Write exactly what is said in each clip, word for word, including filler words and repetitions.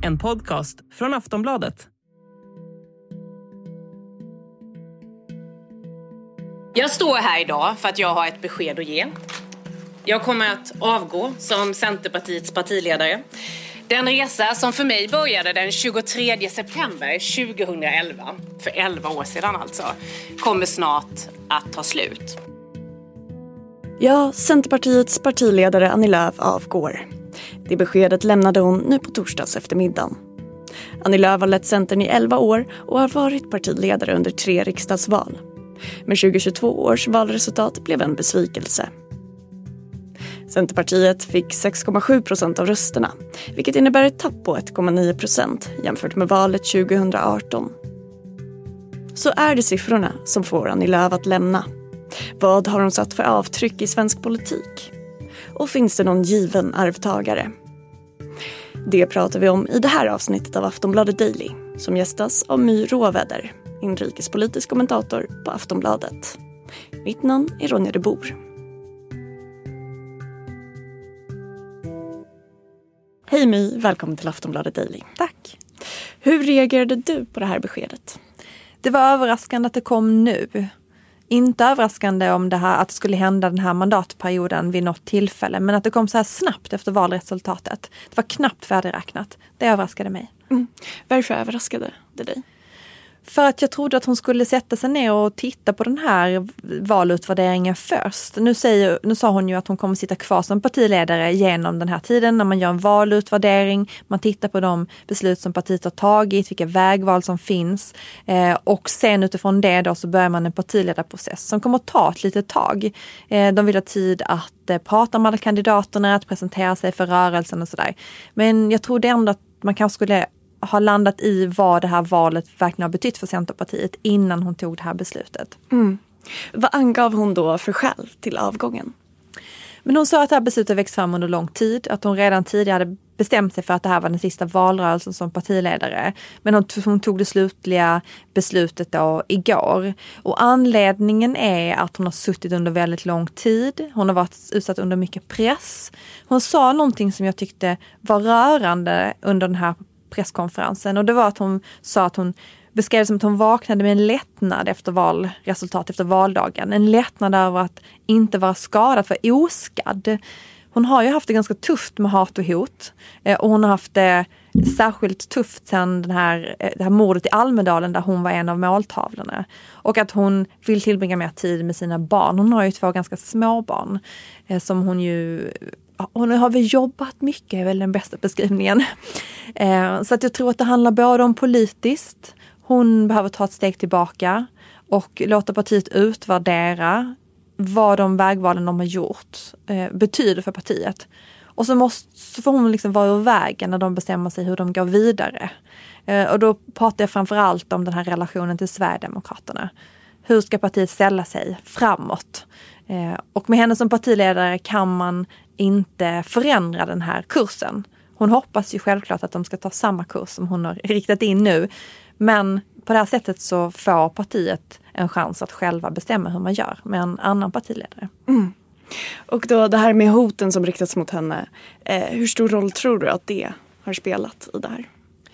En podcast från Aftonbladet. Jag står här idag för att jag har ett besked att ge. Jag kommer att avgå som Centerpartiets partiledare. Den resa som för mig började den tjugotredje september tjugohundraelva, för elva år sedan alltså, kommer snart att ta slut. Ja, Centerpartiets partiledare Annie Lööf avgår. Det beskedet lämnade hon nu på torsdags eftermiddagen. Annie Lööf har lett Centern i elva år och har varit partiledare under tre riksdagsval. Men tjugohundratjugotvå års valresultat blev en besvikelse. Centerpartiet fick sex komma sju procent av rösterna, vilket innebär ett tapp på ett komma nio procent jämfört med valet tjugohundraarton. Så är det siffrorna som får Annie Lööf att lämna. Vad har hon satt för avtryck i svensk politik? Och finns det någon given arvtagare? Det pratar vi om i det här avsnittet av Aftonbladet Daily, som gästas av My Råväder, inrikespolitisk kommentator på Aftonbladet. Mitt namn är Ronja de Boer. Hej My, välkommen till Aftonbladet Daily. Tack. Hur reagerade du på det här beskedet? Det var överraskande att det kom nu. Inte överraskande om det här, att det skulle hända den här mandatperioden vid något tillfälle. Men att det kom så här snabbt efter valresultatet. Det var knappt färdigräknat. Det överraskade mig. Mm. Varför överraskade det dig? För att jag trodde att hon skulle sätta sig ner och titta på den här valutvärderingen först. Nu, säger, nu sa hon ju att hon kommer sitta kvar som partiledare genom den här tiden när man gör en valutvärdering. Man tittar på de beslut som partiet har tagit, vilka vägval som finns. Eh, och sen utifrån det då så börjar man en partiledarprocess som kommer att ta ett litet tag. Eh, de vill ha tid att eh, prata med alla kandidaterna, att presentera sig för rörelsen och sådär. Men jag trodde ändå att man kanske skulle har landat i vad det här valet verkligen har betytt för Centerpartiet innan hon tog det här beslutet. Mm. Vad angav hon då för skäl till avgången? Men hon sa att det här beslutet växt fram under lång tid. Att hon redan tidigare hade bestämt sig för att det här var den sista valrörelsen som partiledare. Men hon, hon tog det slutliga beslutet då igår. Och anledningen är att hon har suttit under väldigt lång tid. Hon har varit utsatt under mycket press. Hon sa någonting som jag tyckte var rörande under den här presskonferensen, och det var att hon sa att hon beskrev det som att hon vaknade med en lättnad efter valresultat, efter valdagen. En lättnad över att inte vara skadad, för oskadd. Hon har ju haft det ganska tufft med hat och hot, och hon har haft det särskilt tufft sedan den här, det här mordet i Almedalen där hon var en av måltavlorna. Och att hon vill tillbringa mer tid med sina barn. Hon har ju två ganska små barn som hon ju... Hon har väl jobbat mycket, är väl den bästa beskrivningen. Eh, så att jag tror att det handlar både om politiskt. Hon behöver ta ett steg tillbaka och låta partiet utvärdera vad de vägvalen de har gjort eh, betyder för partiet. Och så, måste, så får hon liksom vara ur vägen när de bestämmer sig hur de går vidare. Eh, och då pratar jag framförallt om den här relationen till Sverigedemokraterna. Hur ska partiet ställa sig framåt? Eh, och med henne som partiledare kan man inte förändra den här kursen. Hon hoppas ju självklart att de ska ta samma kurs som hon har riktat in nu. Men på det här sättet så får partiet en chans att själva bestämma hur man gör med en annan partiledare. Mm. Och då det här med hoten som riktats mot henne. Eh, hur stor roll tror du att det har spelat i det här?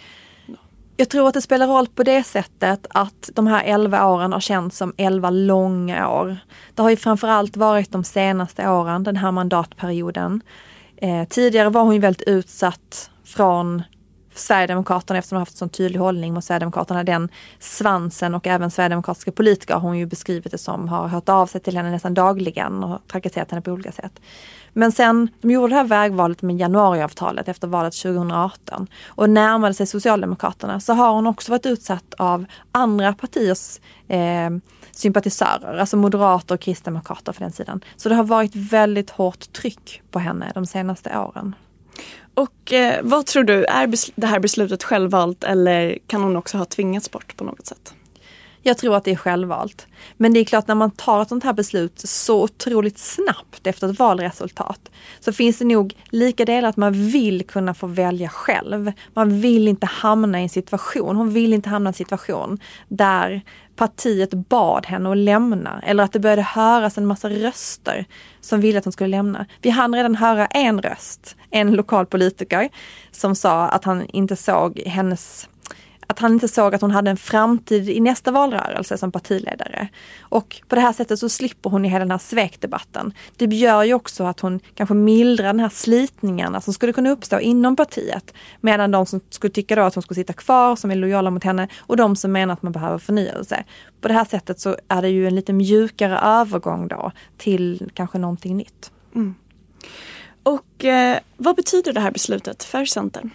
Jag tror att det spelar roll på det sättet att de här elva åren har känts som elva långa år. Det har ju framförallt varit de senaste åren, den här mandatperioden. Eh, tidigare var hon ju väldigt utsatt från Sverigedemokraterna eftersom hon har haft en sån tydlig hållning mot Sverigedemokraterna. Den svansen och även sverigedemokratiska politiker har hon ju beskrivit det som, har hört av sig till henne nästan dagligen och trakasserat henne på olika sätt. Men sen de gjorde det här vägvalet med januariavtalet efter valet tjugohundraarton och närmade sig Socialdemokraterna, så har hon också varit utsatt av andra partiers eh, sympatisörer, alltså moderater och kristdemokrater för den sidan. Så det har varit väldigt hårt tryck på henne de senaste åren. Och eh, vad tror du, är bes- det här beslutet självvalt eller kan hon också ha tvingats bort på något sätt? Jag tror att det är självvalt. Men det är klart, när man tar ett sånt här beslut så otroligt snabbt efter ett valresultat, så finns det nog lika delar att man vill kunna få välja själv. Man vill inte hamna i en situation, hon vill inte hamna i en situation där partiet bad henne att lämna, eller att det började höras en massa röster som ville att hon skulle lämna. Vi hann redan höra en röst, en lokal politiker, som sa att han inte såg hennes att han inte såg att hon hade en framtid i nästa valrörelse som partiledare. Och på det här sättet så slipper hon i hela den här svekdebatten. Det gör ju också att hon kanske mildrar den här slitningarna som skulle kunna uppstå inom partiet. Medan de som skulle tycka då att hon skulle sitta kvar, som är lojala mot henne, och de som menar att man behöver förnyelse. På det här sättet så är det ju en lite mjukare övergång då till kanske någonting nytt. Mm. Och eh, vad betyder det här beslutet för Centern?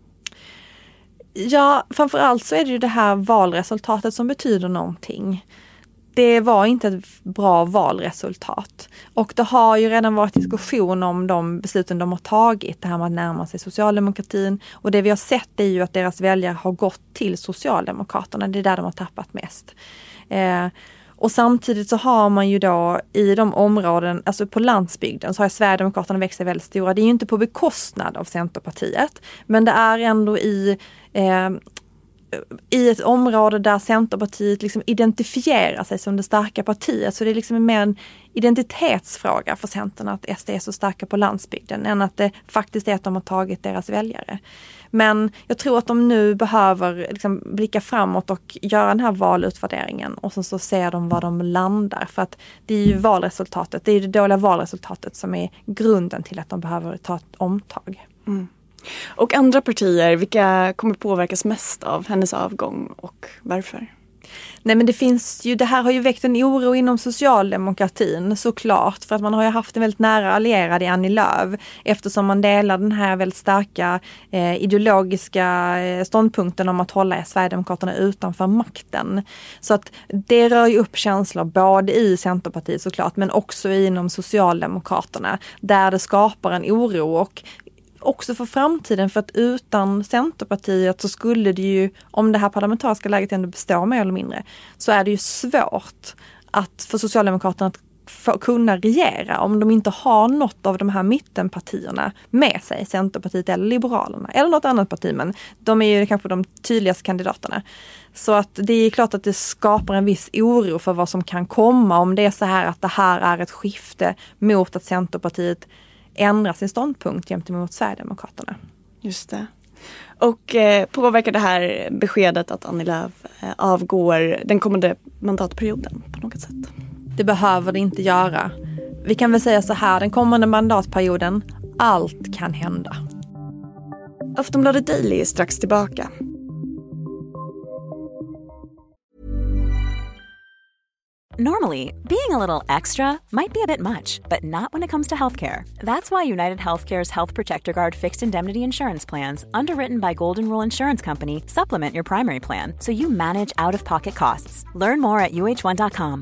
Ja, framförallt så är det ju det här valresultatet som betyder någonting. Det var inte ett bra valresultat. Och det har ju redan varit diskussion om de besluten de har tagit. Det här med att närma sig socialdemokratin. Och det vi har sett är ju att deras väljare har gått till Socialdemokraterna. Det är där de har tappat mest. Eh, och samtidigt så har man ju då i de områden, alltså på landsbygden, så har Sverigedemokraterna växt sig väldigt stora. Det är ju inte på bekostnad av Centerpartiet. Men det är ändå i... Eh, i ett område där Centerpartiet liksom identifierar sig som det starka partiet. Så det är liksom mer en identitetsfråga för Centern att S D är så starka på landsbygden än att det faktiskt är att de har tagit deras väljare. Men jag tror att de nu behöver liksom blicka framåt och göra den här valutvärderingen, och sen så ser de var de landar. För att det är ju valresultatet, det är det dåliga valresultatet som är grunden till att de behöver ta ett omtag. Mm. Och andra partier, vilka kommer påverkas mest av hennes avgång och varför? Nej, men det finns ju, det här har ju väckt en oro inom socialdemokratin såklart, för att man har ju haft en väldigt nära allierad i Annie Lööf, eftersom man delar den här väldigt starka eh, ideologiska ståndpunkten om att hålla Sverigedemokraterna utanför makten. Så att det rör ju upp känslor både i Centerpartiet såklart, men också inom Socialdemokraterna, där det skapar en oro. Och också för framtiden, för att utan Centerpartiet så skulle det ju, om det här parlamentariska läget ändå består mer eller mindre, så är det ju svårt att för Socialdemokraterna att få, kunna regera om de inte har något av de här mittenpartierna med sig, Centerpartiet eller Liberalerna eller något annat parti, men de är ju kanske de tydligaste kandidaterna. Så att det är klart att det skapar en viss oro för vad som kan komma om det är så här att det här är ett skifte mot att Centerpartiet ändra sin ståndpunkt gentemot Sverigedemokraterna. Just det. Och eh, påverkar det här beskedet att Annie Lööf eh, avgår den kommande mandatperioden på något sätt? Det behöver det inte göra. Vi kan väl säga så här, den kommande mandatperioden, allt kan hända. Aftonbladet Daily är strax tillbaka. Normally, being a little extra might be a bit much, but not when it comes to healthcare. That's why United Healthcare's Health Protector Guard fixed indemnity insurance plans, underwritten by Golden Rule Insurance Company, supplement your primary plan so you manage out-of-pocket costs. Learn more at U H one dot com.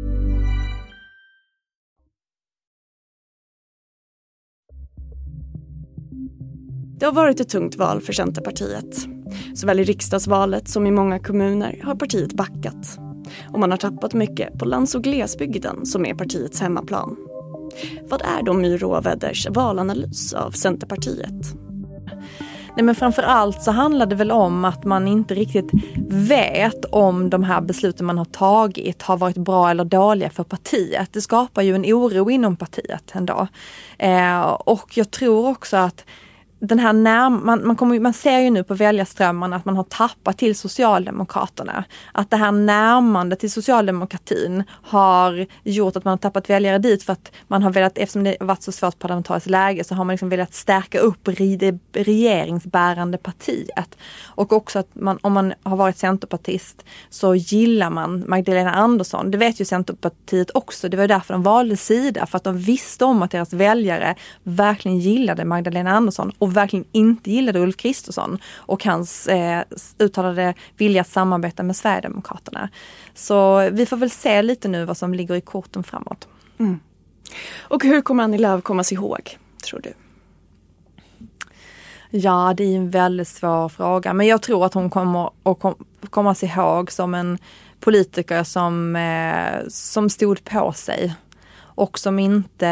Det har varit ett tungt val för Centerpartiet. Såväl i riksdagsvalet som i många kommuner har partiet backat. Och man har tappat mycket på lands- och glesbygden som är partiets hemmaplan. Vad är då My Råväders valanalys av Centerpartiet? Nej, men framför allt så handlar det väl om att man inte riktigt vet om de här besluten man har tagit har varit bra eller dåliga för partiet. Det skapar ju en oro inom partiet ändå. Eh, och jag tror också att den här närm- man, man, kommer, man ser ju nu på väljarströmmarna att man har tappat till Socialdemokraterna. Att det här närmande till socialdemokratin har gjort att man har tappat väljare dit, för att man har velat, eftersom det har varit så svårt parlamentariskt läge, så har man liksom velat stärka upp det regeringsbärande partiet. Och också att man, om man har varit centerpartist så gillar man Magdalena Andersson. Det vet ju Centerpartiet också. Det var därför de valde sida, för att de visste om att deras väljare verkligen gillade Magdalena Andersson och verkligen inte gillade Ulf Kristersson och hans eh, uttalade vilja att samarbeta med Sverigedemokraterna. Så vi får väl se lite nu vad som ligger i korten framåt. Mm. Och hur kommer Annie Lööf komma sig ihåg, tror du? Ja, det är en väldigt svår fråga. Men jag tror att hon kommer att kom, komma sig ihåg som en politiker som, eh, som stod på sig och som inte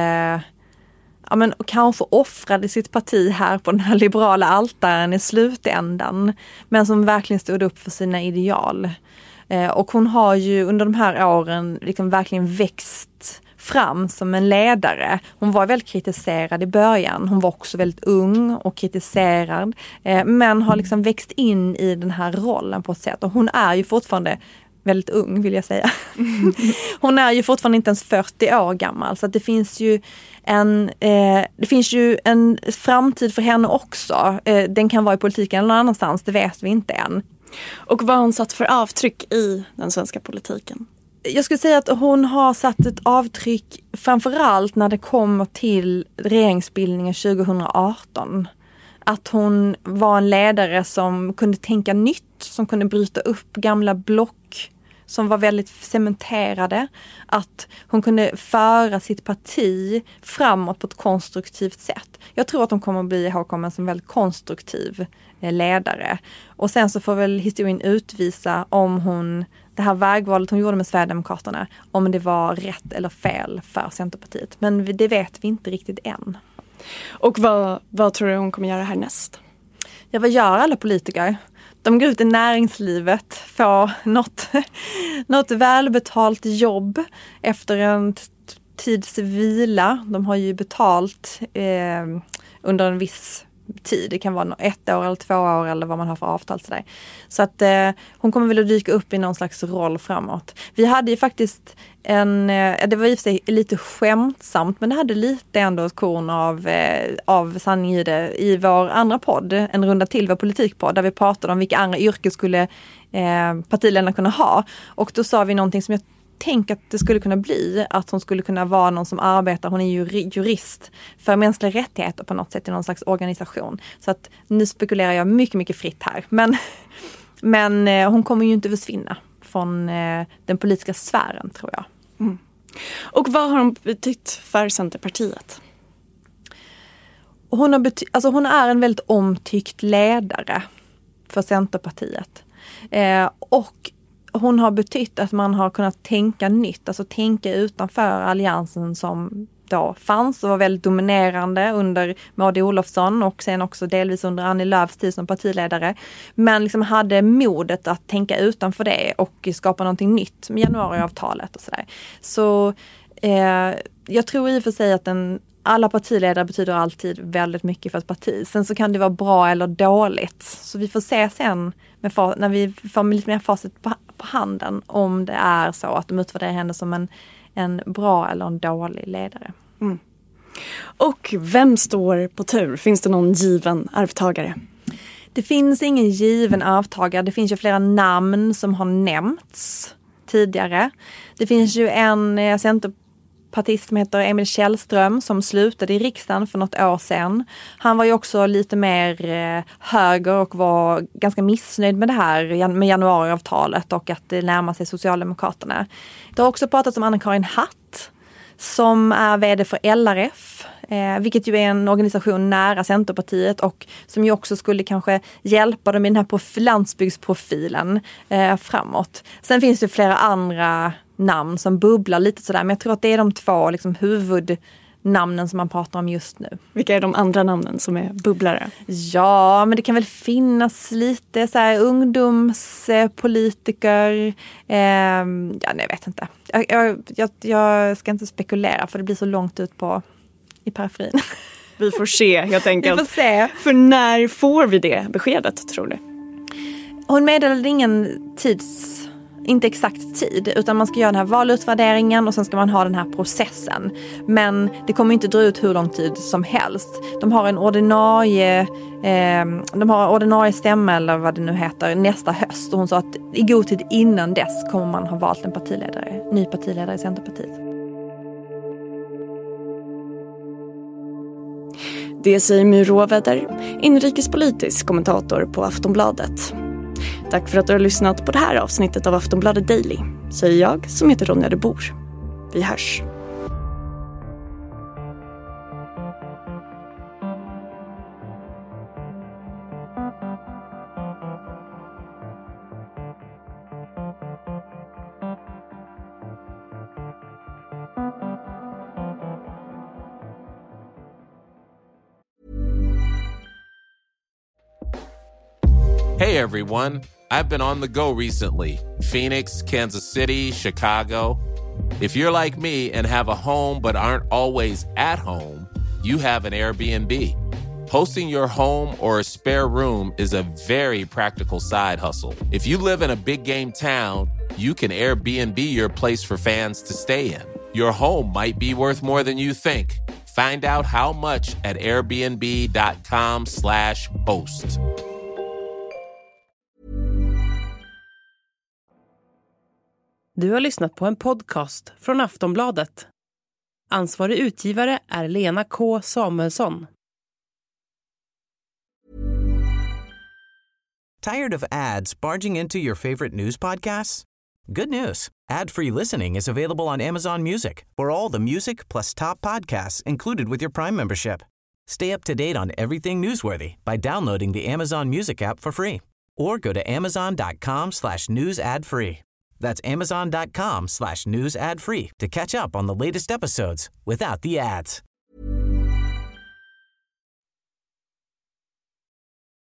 ja, men, kanske offrade sitt parti här på den här liberala altaren i slutändan, men som verkligen stod upp för sina ideal. Eh, och hon har ju under de här åren liksom verkligen växt fram som en ledare. Hon var väldigt kritiserad i början. Hon var också väldigt ung och kritiserad. Eh, men har liksom växt in i den här rollen på ett sätt. Och hon är ju fortfarande väldigt ung, vill jag säga. Mm. Hon är ju fortfarande inte ens fyrtio år gammal. Så att det finns ju en, eh, det finns ju en framtid för henne också. Eh, den kan vara i politiken eller någon annanstans, det vet vi inte än. Och vad har hon satt för avtryck i den svenska politiken? Jag skulle säga att hon har satt ett avtryck framförallt när det kommer till regeringsbildningen tjugo arton. Att hon var en ledare som kunde tänka nytt, som kunde bryta upp gamla block som var väldigt cementerade. Att hon kunde föra sitt parti framåt på ett konstruktivt sätt. Jag tror att hon kommer att bli ihågkommen som väldigt konstruktiv ledare. Och sen så får väl historien utvisa om hon, det här vägvalet hon gjorde med Sverigedemokraterna, om det var rätt eller fel för Centerpartiet. Men det vet vi inte riktigt än. Och vad, vad tror du hon kommer göra härnäst? Ja, vad gör alla politiker? De går ut i näringslivet, får något, något välbetalt jobb efter en t- tids vila. De har ju betalt eh, under en viss tid. Det kan vara ett år eller två år eller vad man har för avtal. Så, där. så att eh, hon kommer väl att dyka upp i någon slags roll framåt. Vi hade ju faktiskt en, eh, det var i och för sig lite skämtsamt, men det hade lite ändå ett korn av, eh, av sanning i det i vår andra podd, en runda till, vår politikpodd, där vi pratade om vilka andra yrken skulle eh, partiledarna kunna ha. Och då sa vi någonting som jag tänk att det skulle kunna bli att hon skulle kunna vara någon som arbetar, hon är ju jurist för mänskliga rättigheter på något sätt i någon slags organisation. Så att nu spekulerar jag mycket, mycket fritt här. Men, men eh, hon kommer ju inte försvinna från eh, den politiska sfären, tror jag. Mm. Och vad har hon betytt för Centerpartiet? Hon, har bety- alltså hon är en väldigt omtyckt ledare för Centerpartiet. Eh, och hon har betytt att man har kunnat tänka nytt, alltså tänka utanför alliansen som då fanns och var väldigt dominerande under Maud Olofsson och sen också delvis under Annie Lööfs tid som partiledare. Men liksom hade modet att tänka utanför det och skapa någonting nytt med januariavtalet och sådär. Så eh, jag tror i och för sig att en alla partiledare betyder alltid väldigt mycket för ett parti. Sen så kan det vara bra eller dåligt. Så vi får se sen med fa- när vi får lite mer facit på, på handen om det är så att de utvärderar henne som en, en bra eller en dålig ledare. Mm. Och vem står på tur? Finns det någon given arvtagare? Det finns ingen given arvtagare. Det finns ju flera namn som har nämnts tidigare. Det finns ju en eh, center partist som heter Emil Källström som slutade i riksdagen för något år sedan. Han var ju också lite mer eh, höger och var ganska missnöjd med det här med januariavtalet och att det närmar sig Socialdemokraterna. Det har också pratats om Anna-Karin Hatt som är vd för L R F, eh, vilket ju är en organisation nära Centerpartiet och som ju också skulle kanske hjälpa dem i den här prof- landsbygdsprofilen eh, framåt. Sen finns det flera andra namn som bubblar lite sådär, men jag tror att det är de två liksom, huvudnamnen som man pratar om just nu. Vilka är de andra namnen som är bubblare? Ja, men det kan väl finnas lite så här ungdomspolitiker. Eh, ja, nej, jag vet inte. Jag, jag, jag, jag ska inte spekulera för det blir så långt ut på i periferin. Vi får se, helt enkelt. Vi får se. För när får vi det beskedet, tror du? Hon meddelade ingen tids... inte exakt tid, utan man ska göra den här valutvärderingen och sen ska man ha den här processen. Men det kommer inte dra ut hur lång tid som helst. De har en ordinarie, eh, de har ordinarie stämma eller vad det nu heter nästa höst. Och hon sa att i god tid innan dess kommer man ha valt en partiledare, ny partiledare i Centerpartiet. Det säger My Råväder, inrikespolitisk kommentator på Aftonbladet. Tack för att du har lyssnat på det här avsnittet av Aftonbladet Daily, säger jag som heter Ronja de Boer. Vi hörs. Hey everyone, I've been on the go recently. Phoenix, Kansas City, Chicago. If you're like me and have a home but aren't always at home, you have an Airbnb. Hosting your home or a spare room is a very practical side hustle. If you live in a big game town, you can Airbnb your place for fans to stay in. Your home might be worth more than you think. Find out how much at airbnb.com slash host. Du har lyssnat på en podcast från Aftonbladet. Ansvarig utgivare är Lena K. Samuelsson. Tired of ads barging into your favorite news podcasts? Good news. Ad-free listening is available on Amazon Music for all the music plus top podcasts included with your Prime membership. Stay up to date on everything newsworthy by downloading the Amazon Music app for free or go to amazon.com slash news ad free. That's amazon.com slash news ad free to catch up on the latest episodes without the ads.